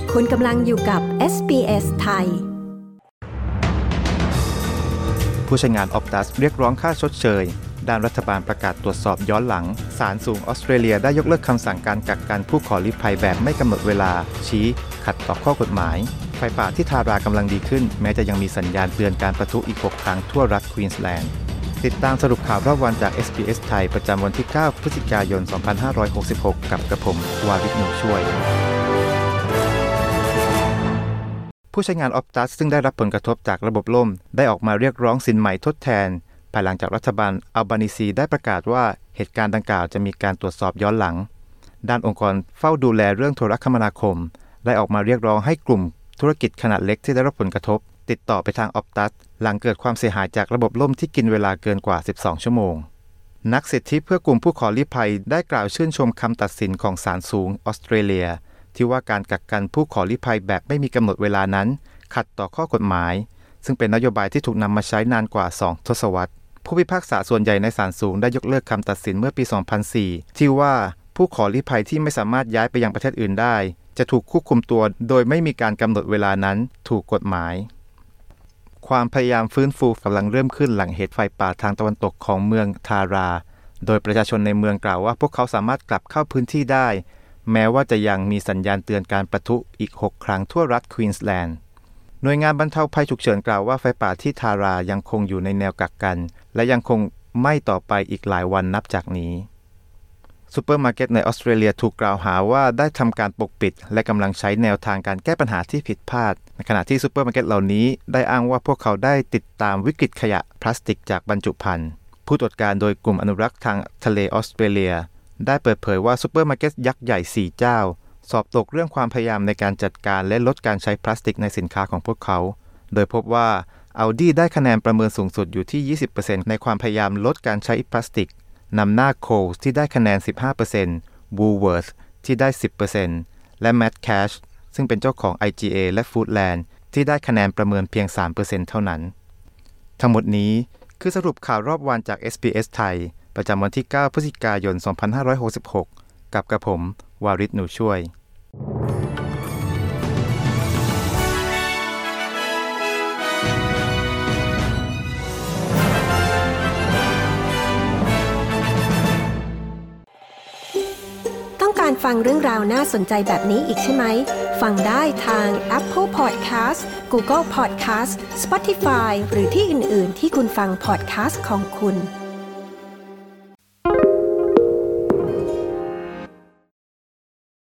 คุณกำลังอยู่กับ SBS ไทยผู้ใช้งาน Optus เรียกร้องค่าชดเชยด้านรัฐบาลประกาศตรวจสอบย้อนหลังศาลสูงออสเตรเลียได้ยกเลิกคำสั่งการกักกันผู้ขอลี้ภัยแบบไม่กำหนดเวลาชี้ขัดต่อข้อกฎหมายไฟป่าที่ทารากำลังดีขึ้นแม้จะยังมีสัญญาณเตือนการปะทุอีก6ครั้งทั่วรัฐควีนสแลนด์ติดตามสรุปข่าวรอบวันจาก SBS ไทยประจำวันที่ 9 พฤศจิกายน 2566 กับกระผมวาริศ หนูช่วยผู้ใช้งาน Optus ซึ่งได้รับผลกระทบจากระบบล่มได้ออกมาเรียกร้องสินใหม่ทดแทนภายหลังจากรัฐบาลอัลบานีซีได้ประกาศว่าเหตุการณ์ดังกล่าวจะมีการตรวจสอบย้อนหลังด้านองค์กรเฝ้าดูแลเรื่องโทรคมนาคมได้ออกมาเรียกร้องให้กลุ่มธุรกิจขนาดเล็กที่ได้รับผลกระทบติดต่อไปทาง Optus หลังเกิดความเสียหายจากระบบล่มที่กินเวลาเกินกว่า12ชั่วโมงนักสิทธิเพื่อกลุ่มผู้ขอลี้ภัยได้กล่าวชื่นชมคำตัดสินของศาลสูงออสเตรเลียที่ว่าการกักกันผู้ขอลี้ภัยแบบไม่มีกำหนดเวลานั้นขัดต่อข้อกฎหมายซึ่งเป็นนโยบายที่ถูกนำมาใช้นานกว่า2ทศวรรษผู้พิพากษาส่วนใหญ่ในศาลสูงได้ยกเลิกคำตัดสินเมื่อปี 2004 ที่ว่าผู้ขอลี้ภัยที่ไม่สามารถย้ายไปยังประเทศอื่นได้จะถูกควบคุมตัวโดยไม่มีการกำหนดเวลานั้นถูกกฎหมายความพยายามฟื้นฟูกำลังเริ่มขึ้นหลังเหตุไฟป่าทางตะวันตกของเมืองทาราโดยประชาชนในเมืองกล่าวว่าพวกเขาสามารถกลับเข้าพื้นที่ได้แม้ว่าจะยังมีสัญญาณเตือนการปะทุอีก6ครั้งทั่วรัฐควีนสแลนด์หน่วยงานบรรเทาภัยฉุกเฉินกล่าวว่าไฟป่าที่ทารายังคงอยู่ในแนวกักกันและยังคงไหม้ต่อไปอีกหลายวันนับจากนี้ซูเปอร์มาร์เก็ตในออสเตรเลียถูกกล่าวหาว่าได้ทำการปกปิดและกำลังใช้แนวทางการแก้ปัญหาที่ผิดพลาดในขณะที่ซูเปอร์มาร์เก็ตเหล่านี้ได้อ้างว่าพวกเขาได้ติดตามวิกฤตขยะพลาสติกจากบรรจุภัณฑ์ผู้ตรวจการโดยกลุ่มอนุรักษ์ทางทะเลออสเตรเลียได้เปิดเผยว่าซูเปอร์มาร์เก็ตยักษ์ใหญ่4เจ้าสอบตกเรื่องความพยายามในการจัดการและลดการใช้พลาสติกในสินค้าของพวกเขาโดยพบว่า Audi ได้คะแนนประเมินสูงสุดอยู่ที่ 20% ในความพยายามลดการใช้พลาสติกนำหน้า Coles ที่ได้คะแนน 15% Woolworths ที่ได้ 10% และ Metcash ซึ่งเป็นเจ้าของ IGA และ Foodland ที่ได้คะแนนประเมินเพียง 3% เท่านั้นทั้งหมดนี้คือสรุปข่าวรอบวันจาก SBS ไทยประจำวันที่ 9 พฤศจิกายน 2566 กับกระผมวาริศ หนูช่วยต้องการฟังเรื่องราวน่าสนใจแบบนี้อีกใช่ไหมฟังได้ทาง Apple Podcast Google Podcast Spotify หรือที่อื่นๆที่คุณฟัง podcast ของคุณ